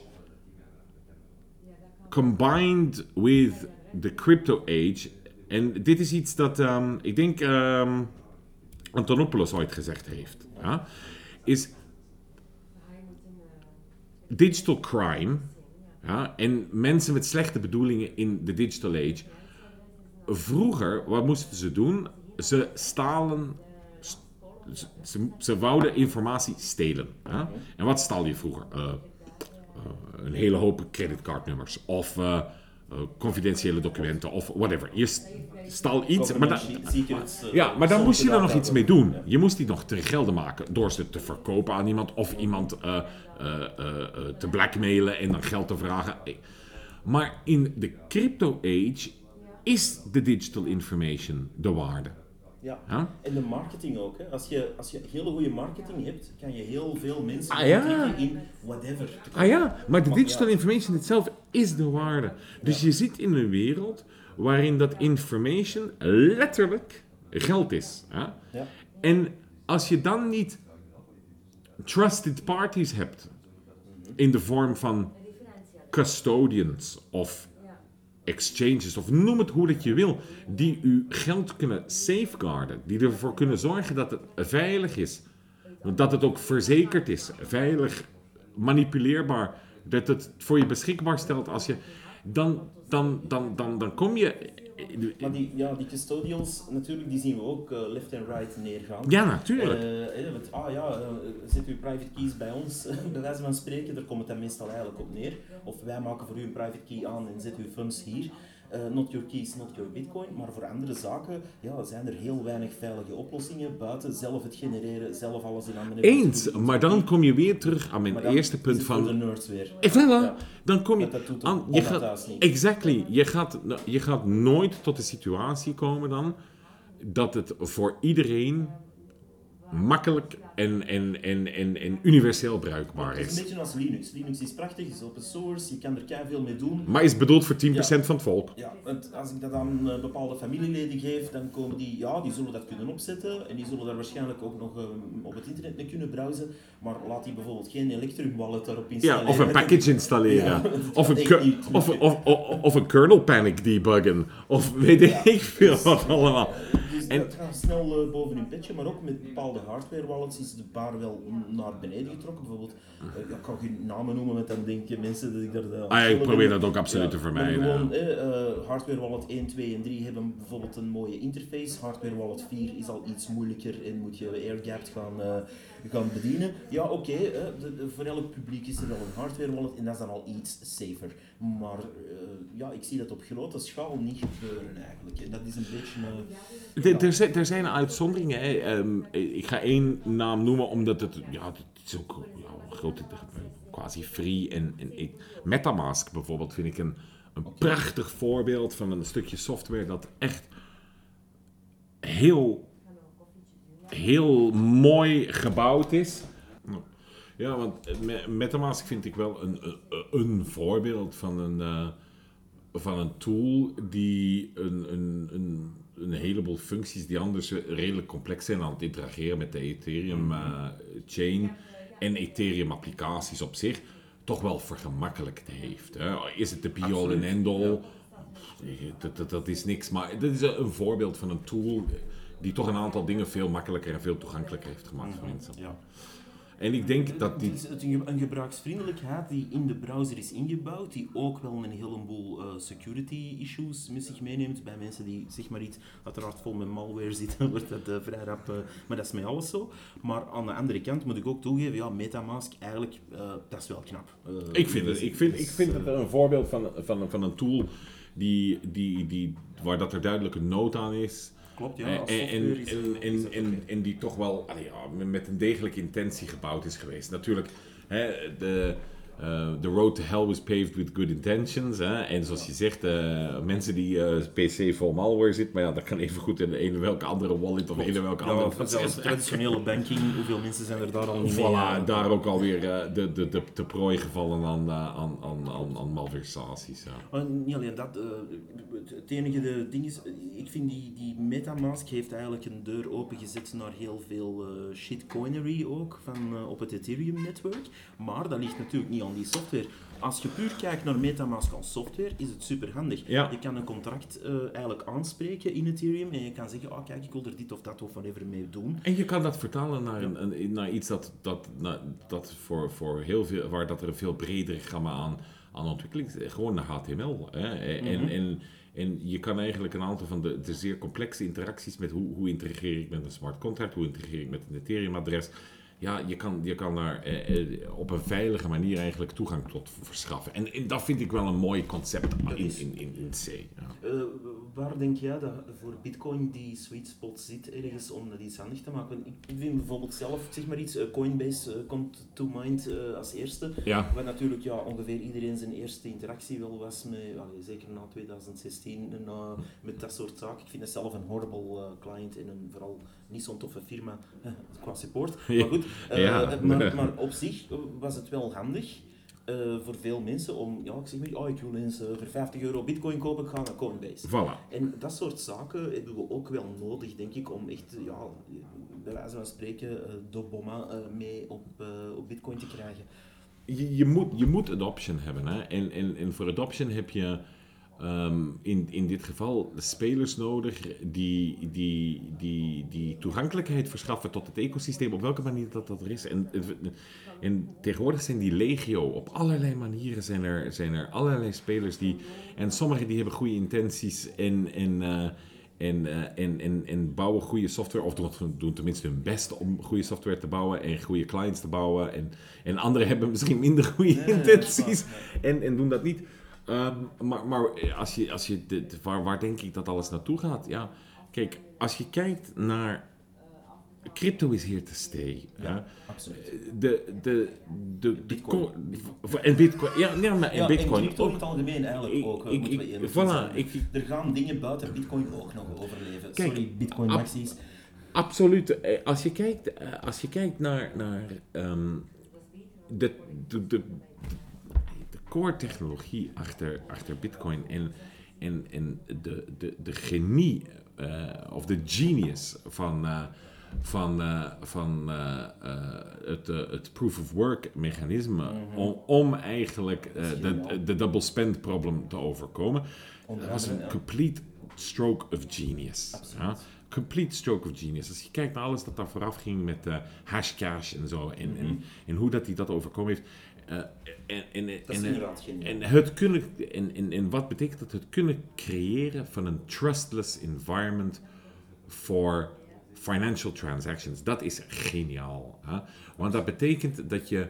combined with the crypto age, en dit is iets dat um, ik denk um, Antonopoulos ooit gezegd heeft, ja, is digital crime, ja, en mensen met slechte bedoelingen in de digital age. Vroeger, wat moesten ze doen? Ze stalen, ze, ze wouden informatie stelen. Hè? En wat stal je vroeger? Uh, uh, een hele hoop creditcardnummers of uh, uh, confidentiële documenten of whatever. Je stal iets, maar, da- ja, maar dan moest je er nog iets mee doen. Je moest die nog terug gelden maken door ze te verkopen aan iemand of iemand uh, uh, uh, uh, te blackmailen en dan geld te vragen. Maar in de crypto age is de digital information de waarde. Ja, huh? En de marketing ook. Hè. Als je, als je hele goede marketing hebt, kan je heel veel mensen ah, ja. trekken in whatever. Ah ja, maar de digital information itself is de waarde. Dus ja. je zit in een wereld waarin dat information letterlijk geld is. Hè? Ja. En als je dan niet trusted parties hebt in de vorm van custodians of exchanges, of noem het hoe dat je wil, die uw geld kunnen safeguarden, die ervoor kunnen zorgen dat het veilig is, dat het ook verzekerd is, veilig, manipuleerbaar, dat het voor je beschikbaar stelt als je, dan, dan, dan, dan, dan kom je... Maar die, ja, die custodials, natuurlijk, die zien we ook uh, left en right neergaan. Ja, natuurlijk. Uh, eh, met, ah ja, uh, zet uw private keys bij ons, bij wijze van spreken, daar komt het dan meestal eigenlijk op neer. Of wij maken voor u een private key aan en zet uw funds hier. Uh, not your keys, not your bitcoin. Maar voor andere zaken ja, zijn er heel weinig veilige oplossingen buiten zelf het genereren, zelf alles in handen hebben. Eens, maar dan kom je weer terug aan mijn eerste punt van... de nerds weer. Voilà, ja. Dan kom je... Dat doet aan, je gaat, exactly, je gaat, je gaat nooit tot de situatie komen dan dat het voor iedereen makkelijk en, en, en, en, en universeel bruikbaar is. Het is een beetje als Linux. Linux is prachtig, is open source, je kan er kei veel mee doen. Maar is bedoeld voor tien procent ja. van het volk. Ja, want als ik dat aan uh, bepaalde familieleden geef, dan komen die, ja, die zullen dat kunnen opzetten en die zullen daar waarschijnlijk ook nog uh, op het internet mee kunnen browsen. Maar laat die bijvoorbeeld geen Electrum wallet daarop installeren. Ja, of een package installeren. Ja, of, een cu- niet, of, of, of, of, of een kernel panic debuggen. Of weet ja, ik veel dus, wat allemaal. Dus en, dat gaat snel uh, boven hun petje, maar ook met bepaalde hardware wallets is de bar wel naar beneden getrokken. Bijvoorbeeld, uh, ik kan geen namen noemen, want dan denken mensen dat ik daar... Uh, ah, ja, ik probeer dat ook absoluut ja, te vermijden. Maar gewoon, eh, uh, hardware wallet één, twee en drie hebben bijvoorbeeld een mooie interface. Hardware wallet vier is al iets moeilijker en moet je air-gapped gaan, uh, gaan bedienen. Ja, oké, okay, uh, voor elk publiek is er wel een hardware wallet en dat is dan al iets safer. Maar uh, ja, ik zie dat op grote schaal niet gebeuren eigenlijk. En dat is een beetje... Uh, de, er, zijn, er zijn uitzonderingen. Hè. Um, ik ga één naam noemen, omdat het, ja, het is ook ja, een grote, quasi free. En, en ik, Metamask bijvoorbeeld vind ik een, een okay. prachtig voorbeeld van een stukje software dat echt heel, heel mooi gebouwd is. Ja, want Metamask vind ik wel een, een, een voorbeeld van een, uh, van een tool die een, een, een, een heleboel functies die anders redelijk complex zijn aan het interageren met de Ethereum uh, chain en Ethereum applicaties op zich toch wel vergemakkelijkt heeft. Hè. Is het de be-all and end-all? Nee, dat, dat, dat is niks, maar dit is een voorbeeld van een tool die toch een aantal dingen veel makkelijker en veel toegankelijker heeft gemaakt voor mensen. Ja. En ik denk dat die... Het is een gebruiksvriendelijkheid die in de browser is ingebouwd, die ook wel een heleboel uh, security issues met zich meeneemt. Bij mensen die zeg maar iets uiteraard vol met malware zitten, wordt dat uh, vrij rap, uh, maar dat is met alles zo. Maar aan de andere kant moet ik ook toegeven, ja, Metamask, eigenlijk, uh, dat is wel knap. Uh, ik vind het, ik vind, ik vind het een voorbeeld van, van, van een tool die, die, die, waar dat er duidelijk een nood aan is. Klopt, ja. En, en, en, en, en, en die toch wel allee, ja, met een degelijke intentie gebouwd is geweest. Natuurlijk, hè, de, uh, the road to hell was paved with good intentions. Hè, en zoals je zegt, uh, mensen die uh, P C vol malware zit, maar ja, dat kan even goed in een welke andere wallet of een welke ja, andere... Zelfs traditionele banking, hoeveel mensen zijn er daar al niet voilà, mee? Uh, daar ook alweer uh, de, de, de, de prooi gevallen aan, uh, aan, aan, aan, aan malversaties. Ja. Uh, niet alleen dat, uh, het enige de ding is, ik vind die, die Metamask heeft eigenlijk een deur opengezet naar heel veel uh, shitcoinery ook van, uh, op het Ethereum-netwerk. Maar dat ligt natuurlijk niet aan die software. Als je puur kijkt naar Metamask als software, is het super handig. Ja. Je kan een contract uh, eigenlijk aanspreken in Ethereum en je kan zeggen, oh kijk, ik wil er dit of dat of whatever mee doen. En je kan dat vertalen naar, een, een, naar iets dat, dat, naar, dat voor, voor heel veel, waar dat er een veel bredere gamma aan, aan ontwikkeling is. Gewoon naar H T M L. Hè. En, mm-hmm. en, en, en je kan eigenlijk een aantal van de, de zeer complexe interacties met hoe, hoe integreer ik met een smart contract, hoe integreer ik met een Ethereum-adres. Ja, je kan, je kan daar eh, op een veilige manier eigenlijk toegang tot verschaffen. En, en dat vind ik wel een mooi concept in, in, in, in C. Ja. Uh, waar denk jij dat voor Bitcoin die sweet spot zit ergens om dat iets handig te maken? Ik vind bijvoorbeeld zelf, zeg maar iets, uh, Coinbase uh, komt to mind uh, als eerste. Ja. Waar natuurlijk ja, ongeveer iedereen zijn eerste interactie wel was, met, allee, zeker na twintig zestien, en, uh, met dat soort zaken. Ik vind het zelf een horrible uh, client en een vooral niet zo'n toffe firma uh, qua support. Ja. Maar goed, uh, ja. maar, maar op zich was het wel handig. Uh, voor veel mensen om, ja, ik zeg maar, oh, ik wil eens uh, voor vijftig euro bitcoin kopen, ik ga naar Coinbase. Voilà. En dat soort zaken hebben we ook wel nodig, denk ik, om echt, ja, bij wijze van spreken, uh, de bomma uh, mee op, uh, op bitcoin te krijgen. Je, je, moet, je moet adoption hebben, hè. En, en, en voor adoption heb je um, in, in dit geval spelers nodig die, die, die, die toegankelijkheid verschaffen tot het ecosysteem, op welke manier dat, dat er is. En, en tegenwoordig zijn die legio, op allerlei manieren zijn er, zijn er allerlei spelers die, en sommigen die hebben goede intenties en, en, uh, en, uh, en, en, en bouwen goede software, of doen, doen tenminste hun best om goede software te bouwen en goede clients te bouwen. En, en anderen hebben misschien minder goede nee, intenties nee. en, en doen dat niet. Um, maar maar als je, als je de, de, waar, waar denk ik dat alles naartoe gaat? Ja, kijk, als je kijkt naar... Crypto is here to stay. Ja, ja. absoluut. De, de, de, Bitcoin. de, en Bitcoin. Ja, ja, maar en ja, Bitcoin. En crypto in het algemeen eigenlijk ik, ook. Ik, ik, ik, voilà, ik, er gaan dingen buiten Bitcoin ook nog overleven. Kijk, Sorry, Bitcoin Maxies. Ab, absoluut. Als je kijkt, als je kijkt naar, naar um, de, de, de, de core technologie achter, achter Bitcoin en, en, en de, de, de genie uh, of de genius van... Uh, van, uh, van uh, uh, het, uh, het proof-of-work mechanisme mm-hmm. om, om eigenlijk uh, de, de double spend problem te overkomen. Dat was een complete stroke of genius. Ja? Complete stroke of genius. Als je kijkt naar alles dat daar vooraf ging met uh, hashcash en zo en, mm-hmm. en, en hoe dat hij dat overkomen heeft. Uh, en, en, dat is en, inderdaad geniaal. En, het kunnen, en, en, en wat betekent dat? Het kunnen creëren van een trustless environment voor financial transactions, dat is geniaal. Hè? Want dat betekent dat je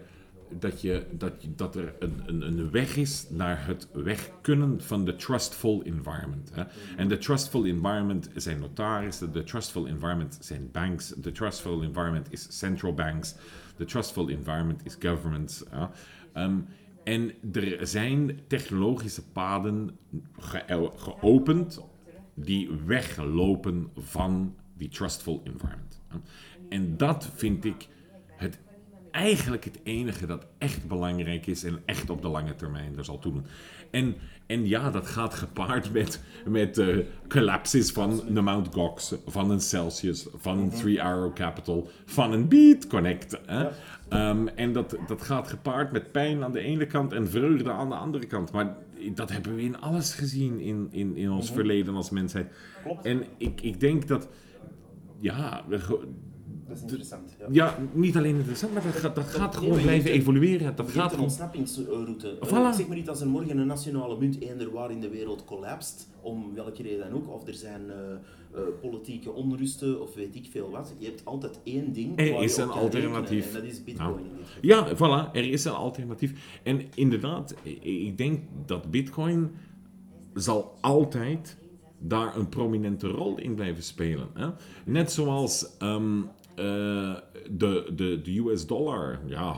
dat, je, dat, je, dat er een, een, een weg is naar het weg kunnen van de trustful environment. Hè. En de trustful environment zijn notarissen, de trustful environment zijn banks, de trustful environment is central banks, de trustful environment is governments. Ja. Um, en er zijn technologische paden ge- geopend die weglopen van die trustful environment. Ja. En dat vind ik het eigenlijk het enige dat echt belangrijk is en echt op de lange termijn er zal toe doen. En, en ja, dat gaat gepaard met, met uh, collapses van een Mount Gox, van een Celsius, van een Three Arrow Capital, van een BitConnect. Hè? Ja. Um, en dat, dat gaat gepaard met pijn aan de ene kant en vreugde aan de andere kant. Maar dat hebben we in alles gezien in, in, in ons mm-hmm. verleden als mensheid. Klopt. En ik, ik denk dat, ja... Dat is interessant. Ja, ja niet alleen interessant, maar dat gaat, dat gaat nee, gewoon blijven een, evolueren. Dat gaat een gewoon... ontsnappingsroute. Voilà. Uh, zeg maar niet als er morgen een nationale munt eender waar in de wereld collapst, om welke reden dan ook, of er zijn uh, uh, politieke onrusten of weet ik veel wat. Je hebt altijd één ding er waar is je een op kan alternatief. rekenen, en dat is Bitcoin. Nou. In dit geval. Ja, voilà, er is een alternatief. En inderdaad, ik denk dat Bitcoin zal altijd daar een prominente rol in blijven spelen. Hè? Net zoals um, uh, de, de, de U S dollar, ja,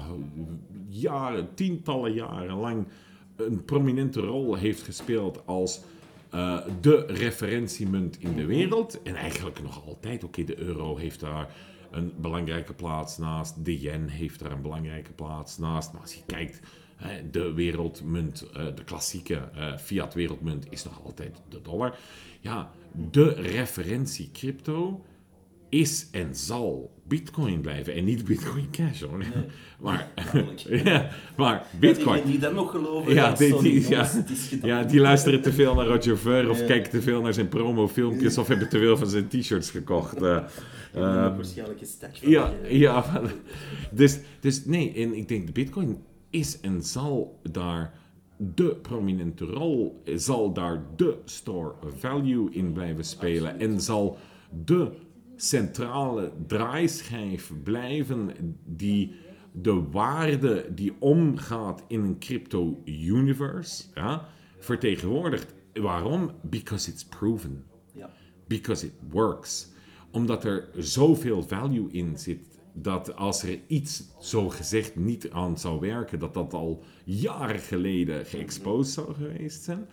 jaren, tientallen jaren lang een prominente rol heeft gespeeld als uh, de referentiemunt in de wereld. En eigenlijk nog altijd, oké, okay, de euro heeft daar een belangrijke plaats naast, de yen heeft daar een belangrijke plaats naast. Maar als je kijkt, de wereldmunt, de klassieke fiat wereldmunt is nog altijd de dollar. Ja, de referentie crypto is en zal Bitcoin blijven. En niet Bitcoin Cash, hoor. Nee. Maar, ja, maar Bitcoin... Ja, die, die dat nog geloven, ja, ja, die, sorry, die, jongens, ja, het is gedaan. ja, die luisteren te veel naar Roger Ver of ja. kijken te veel naar zijn promofilmpjes of hebben te veel van zijn t-shirts gekocht. Uh, uh, waarschijnlijk een stack van ja, die, ja, dus, dus nee, en ik denk de Bitcoin is en zal daar de prominente rol, zal daar de store value in blijven spelen. Absoluut. En zal de centrale draaischijf blijven die de waarde die omgaat in een crypto-universe ja, vertegenwoordigt. Waarom? Because it's proven. Ja. Because it works. Omdat er zoveel value in zit, dat als er iets zogezegd niet aan zou werken, dat dat al jaren geleden geëxposed zou geweest zijn.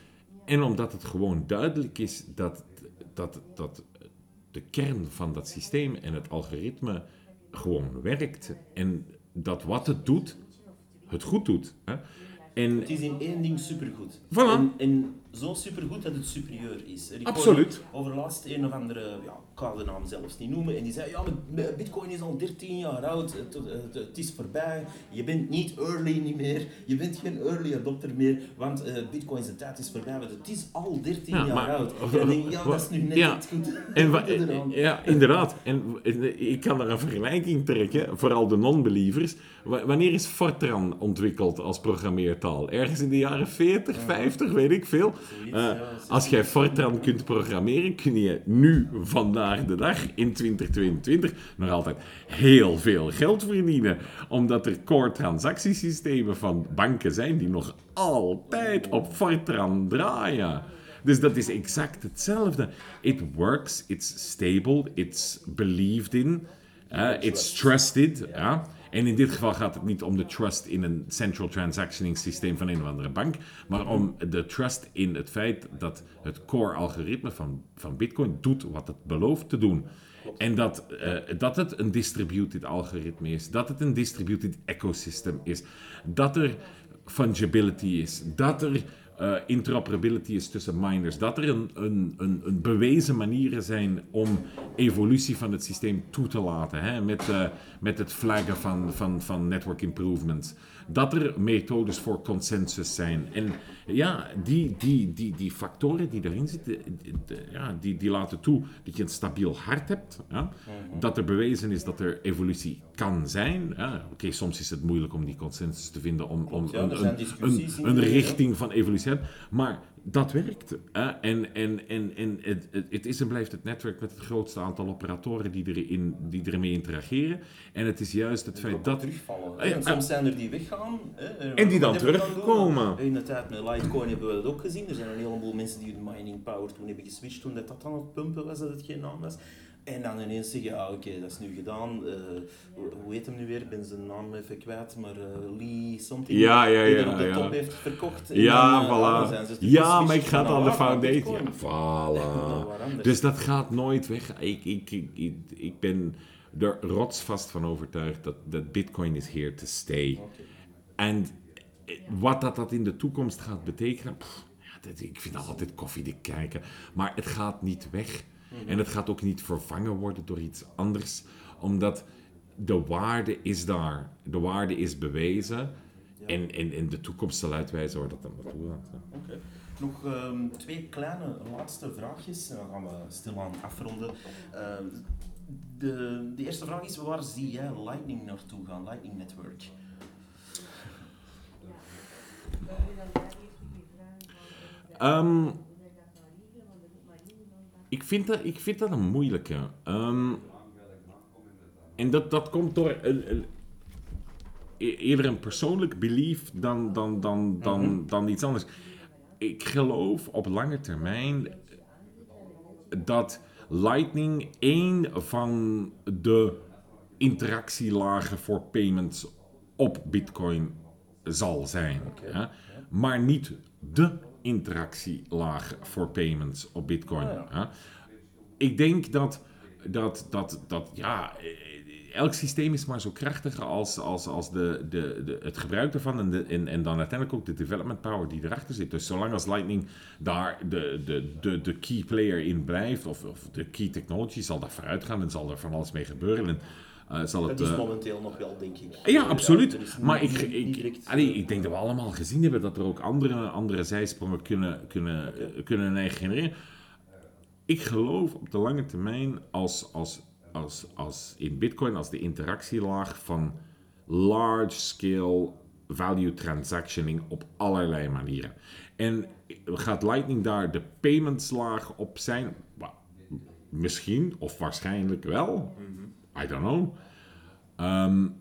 En omdat het gewoon duidelijk is dat, dat, dat de kern van dat systeem en het algoritme gewoon werkt. En dat wat het doet, het goed doet. Hè? En het is in één ding supergoed. Voilà. En, en zo supergoed dat het superieur is. Ik Absoluut. Over laatst een of andere, ja, ik ga de naam zelfs niet noemen, en die zei, ja, maar Bitcoin is al dertien jaar oud, het, het, het is voorbij, je bent niet early niet meer, je bent geen early adopter meer, want uh, Bitcoin zijn tijd is voorbij, want het is al dertien ja, jaar maar, oud. En dan denk ik, ja, dat is nu net ja, iets goed. En wa- ja, inderdaad. En ik kan er een vergelijking trekken, vooral de non-believers. Wanneer is Fortran ontwikkeld als programmeertaal? Ergens in de jaren veertig, vijftig, weet ik veel. Uh, als jij Fortran kunt programmeren, kun je nu, vandaag de dag, in twintig tweeëntwintig, nog altijd heel veel geld verdienen. Omdat er core transactiesystemen van banken zijn die nog altijd op Fortran draaien. Dus dat is exact hetzelfde. It works, it's stable, it's believed in, uh, it's trusted. Ja. Ja. En in dit geval gaat het niet om de trust in een central transactioning systeem van een of andere bank, maar om de trust in het feit dat het core algoritme van, van Bitcoin doet wat het belooft te doen. En dat, uh, dat het een distributed algoritme is, dat het een distributed ecosystem is, dat er fungibility is, dat er uh, interoperability is tussen miners, dat er een, een, een, een bewezen manieren zijn om evolutie van het systeem toe te laten, hè, met, uh, met het flaggen van, van, van network improvements, dat er methodes voor consensus zijn. En ja, die, die, die, die factoren die erin zitten, die, ja, die, die laten toe dat je een stabiel hart hebt, ja, mm-hmm. dat er bewezen is dat er evolutie kan zijn. Ja, Oké, okay, soms is het moeilijk om die consensus te vinden, om, om ja, een, een, een, een richting van evolutie te hebben, maar dat werkt. Hè? En, en, en, en het, het, het is en blijft het netwerk met het grootste aantal operatoren die, erin, die ermee interageren. En het is juist het feit dat... terugvallen. Eh, En soms zijn er die weggaan. Hè, En die dan wat hebben we terugkomen. doen? In de tijd met Litecoin hebben we dat ook gezien. Er zijn een heleboel mensen die hun mining power toen hebben geswitcht toen dat, dat aan het pumpen was, dat het geen naam was. En dan ineens zeggen, ja oké, okay, dat is nu gedaan. Uh, hoe heet hem nu weer? Ik ben zijn naam even kwijt, maar uh, Lee something. Ja, ja, die ja, er op de ja. top heeft verkocht. En Ja, dan, uh, voilà. zijn ze Ja, maar ik geswitcht ga het van, aan de ah, foundation. Bitcoin. Ja, voilà. Waar anders. Dus dat gaat nooit weg. Ik, ik, ik, ik, ik ben er rotsvast van overtuigd dat, dat Bitcoin is here to stay. Okay. En wat dat, dat in de toekomst gaat betekenen, pff, ja, dat, ik vind dat altijd koffiedik kijken. Maar het gaat niet weg. Mm-hmm. En het gaat ook niet vervangen worden door iets anders. Omdat de waarde is daar. De waarde is bewezen. Ja. En, en, en de toekomst zal uitwijzen waar dat dan naartoe gaat. Oké. Okay. Nog um, twee kleine laatste vraagjes. En dan gaan we stilaan afronden. Uh, de, de eerste vraag is, waar zie jij Lightning naartoe gaan? Lightning Network. Um, ik, vind dat, ik vind dat een moeilijke. Um, en dat, dat komt door een, een, eerder een persoonlijk belief dan, dan, dan, dan, mm-hmm. dan iets anders. Ik geloof op lange termijn dat Lightning één van de interactielagen voor payments op Bitcoin zal zijn. Okay. Hè? Maar niet de interactielaag voor payments op Bitcoin. Oh, ja. Ik denk dat, dat, dat, dat ja, elk systeem is maar zo krachtig als, als, als de, de, de, het gebruik ervan en, de, en, en dan uiteindelijk ook de development power die erachter zit. Dus zolang als Lightning daar de, de, de, de key player in blijft, of, of de key technology, zal dat vooruit gaan en zal er van alles mee gebeuren. En, Uh, zal het, dat is uh, momenteel nog wel, denk ik. Ja, absoluut. Ja, maar niet, ik, niet ik, direct, allee, ik denk dat we allemaal gezien hebben dat er ook andere, andere zijsprongen kunnen, kunnen, okay. uh, kunnen genereren. Ik geloof op de lange termijn als, als, als, als in Bitcoin als de interactielaag van large-scale value transactioning op allerlei manieren. En gaat Lightning daar de payments-laag op zijn? Well, misschien, of waarschijnlijk wel. Mm-hmm. I don't know. Um,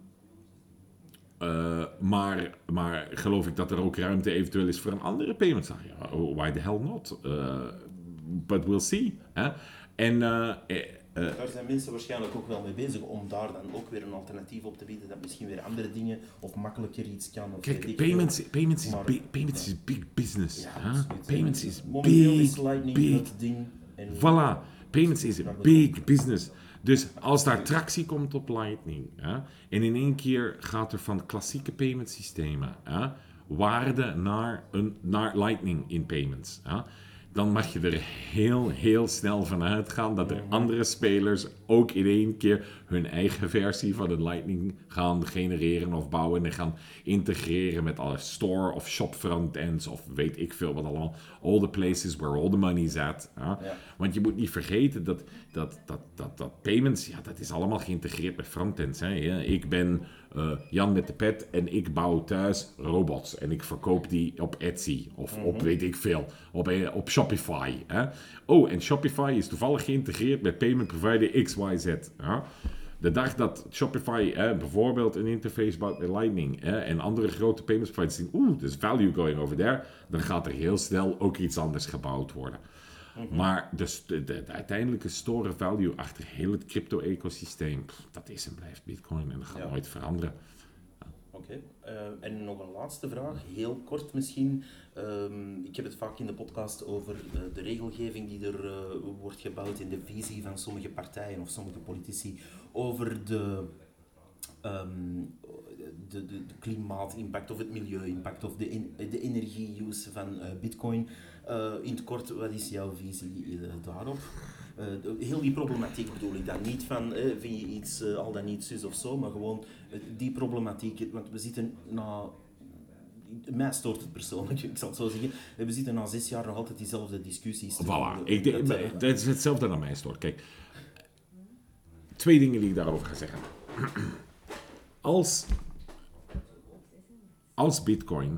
uh, maar, maar geloof ik dat er ook ruimte eventueel is voor een andere payment? Ja, oh, why the hell not? Uh, but we'll see. Hè? En, uh, uh, daar zijn mensen waarschijnlijk ook wel mee bezig om daar dan ook weer een alternatief op te bieden dat misschien weer andere dingen of makkelijker iets kan. Of kijk, payments, payments, is, big, payments ja. is big business. Ja, huh? Payments is momenteel big, is Lightning big. het ding. En Voilà, payments is big business. Dus als daar tractie komt op Lightning, hè, en in één keer gaat er van klassieke payment systemen hè, waarde naar, een, naar Lightning in payments, hè, dan mag je er heel, heel snel van uitgaan dat er andere spelers ook in één keer hun eigen versie van een Lightning gaan genereren of bouwen en gaan integreren met alle store of shop frontends of weet ik veel wat allemaal. All the places where all the money is at. Ja? Ja. Want je moet niet vergeten dat, dat, dat, dat, dat payments, ja, dat is allemaal geïntegreerd met frontends. Hè? Ja, ik ben uh, Jan met de pet en ik bouw thuis robots en ik verkoop die op Etsy of mm-hmm. op weet ik veel, op, op Shopify. Hè? Oh, en Shopify is toevallig geïntegreerd met payment provider X Y Z. Ja? De dag dat Shopify eh, bijvoorbeeld een interface bouwt met Lightning eh, en andere grote payments providers zien, oeh, there's value going over there, dan gaat er heel snel ook iets anders gebouwd worden. Mm-hmm. Maar de, de, de, de uiteindelijke store value achter heel het crypto-ecosysteem, pff, dat is en blijft Bitcoin en dat gaat ja. nooit veranderen. Oké, okay. uh, en nog een laatste vraag, heel kort misschien. Um, ik heb het vaak in de podcast over uh, de regelgeving die er uh, wordt gebouwd in de visie van sommige partijen of sommige politici over de, um, de, de, de klimaatimpact of het milieu-impact of de, in, de energie-use van uh, Bitcoin. Uh, in het kort, wat is jouw visie uh, daarop? Uh, de, heel die problematiek bedoel ik dan niet van, uh, vind je iets uh, al dan niet zus of zo, maar gewoon uh, die problematiek, want we zitten na, mij stoort het persoonlijk, ik zal het zo zeggen, we zitten na zes jaar nog altijd diezelfde discussies. Voilà, ik de, dat, uh, dat is hetzelfde dat aan mij stoort. Kijk, twee dingen die ik daarover ga zeggen. Als, als Bitcoin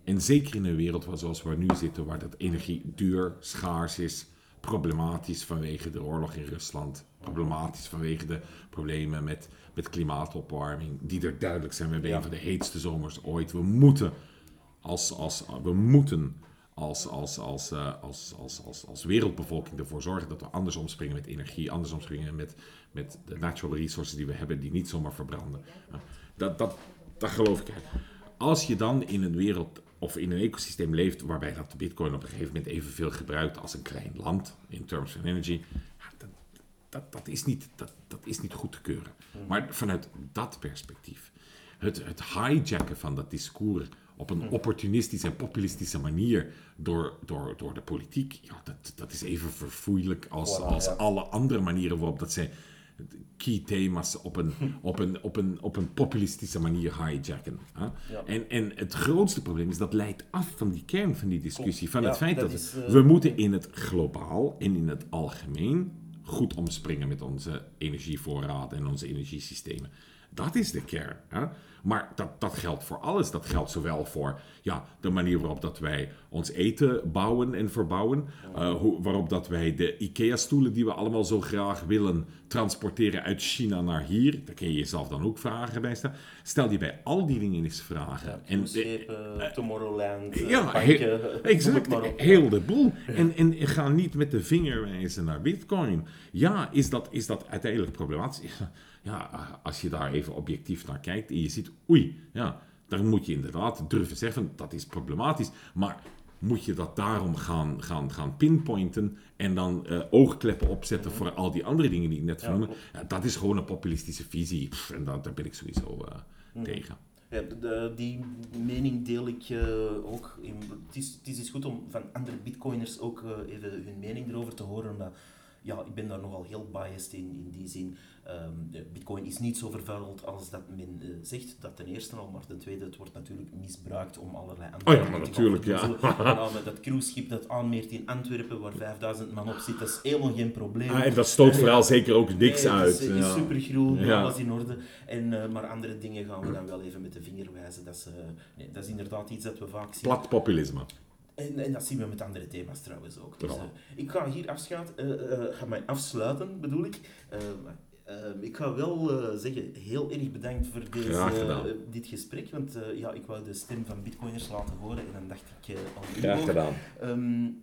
En zeker in een wereld zoals we nu zitten, waar dat energie duur, schaars is, problematisch vanwege de oorlog in Rusland, problematisch vanwege de problemen met, met klimaatopwarming, die er duidelijk zijn. We hebben Ja. een van de heetste zomers ooit. We moeten als, als, we moeten als, als, als, uh, als, als, als, als wereldbevolking ervoor zorgen dat we anders omspringen met energie, anders omspringen met, met de natural resources die we hebben, die niet zomaar verbranden. Uh, dat, dat, dat geloof ik. Als je dan in een wereld of in een ecosysteem leeft waarbij dat de bitcoin op een gegeven moment evenveel gebruikt als een klein land, in terms of energy, ja, dat, dat, dat, is niet, dat, dat is niet goed te keuren. Maar vanuit dat perspectief, het, het hijacken van dat discours op een opportunistische en populistische manier door, door, door de politiek, ja, dat, dat is even verfoeilijk als, Voilà, als ja. alle andere manieren waarop dat zij key thema's op een, op een, op een, op een populistische manier hijacken. Hè? Ja. En, en het grootste probleem is dat leidt af van die kern van die discussie. Van Ja, het feit dat dat, is, we, uh, we moeten in het globaal en in het algemeen goed omspringen met onze energievoorraden en onze energiesystemen. Dat is de kern. Hè? Maar dat, dat geldt voor alles. Dat geldt zowel voor ja, de manier waarop dat wij ons eten bouwen en verbouwen. Uh, hoe, waarop dat wij de IKEA-stoelen die we allemaal zo graag willen transporteren uit China naar hier. Daar kun je jezelf dan ook vragen bij stellen. Stel je bij al die dingen eens vragen. Ja, en, cruiseschepen, uh, Tomorrowland, uh, ja, banken, he- uh, exact, noem het maar op. heel de boel. En, en ga niet met de vinger wijzen naar Bitcoin. Ja, is dat, is dat uiteindelijk problematisch? Ja, als je daar even objectief naar kijkt en je ziet, oei, ja, dan moet je inderdaad durven zeggen, dat is problematisch. Maar moet je dat daarom gaan, gaan, gaan pinpointen en dan uh, oogkleppen opzetten voor al die andere dingen die ik net Ja, vernoemde? klopt. Ja, dat is gewoon een populistische visie. Pff, en dat, daar ben ik sowieso uh, tegen. Ja, de- de- die mening deel ik uh, ook. In, het, is, het is dus goed om van andere bitcoiners ook uh, even hun mening erover te horen. Omdat, ja, ik ben daar nogal heel biased in, in die zin. Um, de bitcoin is niet zo vervuild als dat men uh, zegt, dat ten eerste al. Maar ten tweede, het wordt natuurlijk misbruikt om allerlei andere Oh ja, dingen maar te natuurlijk, gaan ja. doen. Zo, nou, met dat cruiseschip dat aanmeert in Antwerpen, waar vijfduizend man op zit, dat is helemaal geen probleem. Ah, en dat stoot vooral zeker ook niks Nee, uit. Het is, is ja. supergroen, Ja. alles in orde. En, uh, maar andere dingen gaan we dan wel even met de vinger wijzen. Dat is, uh, nee, dat is inderdaad iets dat we vaak zien. Plat populisme. En, en dat zien we met andere thema's trouwens ook. Dus, Ja. uh, ik ga hier afschuit, uh, uh, ga mij afsluiten, bedoel ik. Uh, uh, ik ga wel uh, zeggen, heel erg bedankt voor deze, Graag gedaan. uh, dit gesprek. Want uh, ja, ik wou de stem van bitcoiners laten horen en dan dacht ik uh, aan u Graag ook. gedaan. Um,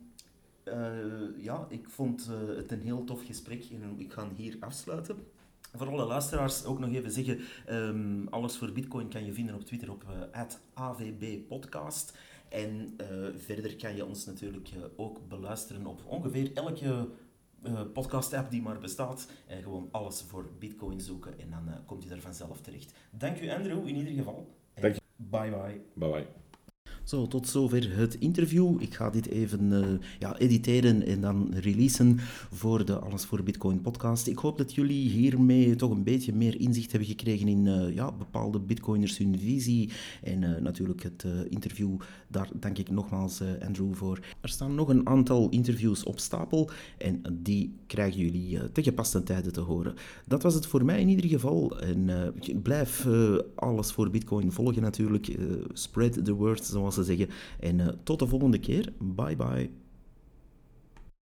uh, ja, ik vond uh, het een heel tof gesprek en ik ga hier afsluiten. Voor alle luisteraars ook nog even zeggen, um, alles voor Bitcoin kan je vinden op Twitter op uh, at A V B podcast. En uh, verder kan je ons natuurlijk uh, ook beluisteren op ongeveer elke uh, podcast-app die maar bestaat. En gewoon alles voor Bitcoin zoeken en dan uh, komt je daar vanzelf terecht. Dank u Andrew in ieder geval. En Dank je. bye bye. Bye bye. Zo, tot zover het interview. Ik ga dit even uh, ja, editeren en dan releasen voor de Alles voor Bitcoin podcast. Ik hoop dat jullie hiermee toch een beetje meer inzicht hebben gekregen in uh, ja, bepaalde bitcoiners, hun visie en uh, natuurlijk het uh, interview. Daar dank ik nogmaals uh, Andrew voor. Er staan nog een aantal interviews op stapel en die krijgen jullie uh, te gepaste tijden te horen. Dat was het voor mij in ieder geval. En uh, blijf uh, Alles voor Bitcoin volgen natuurlijk. Uh, spread the word, zoals ze zeggen. En uh, tot de volgende keer. Bye bye.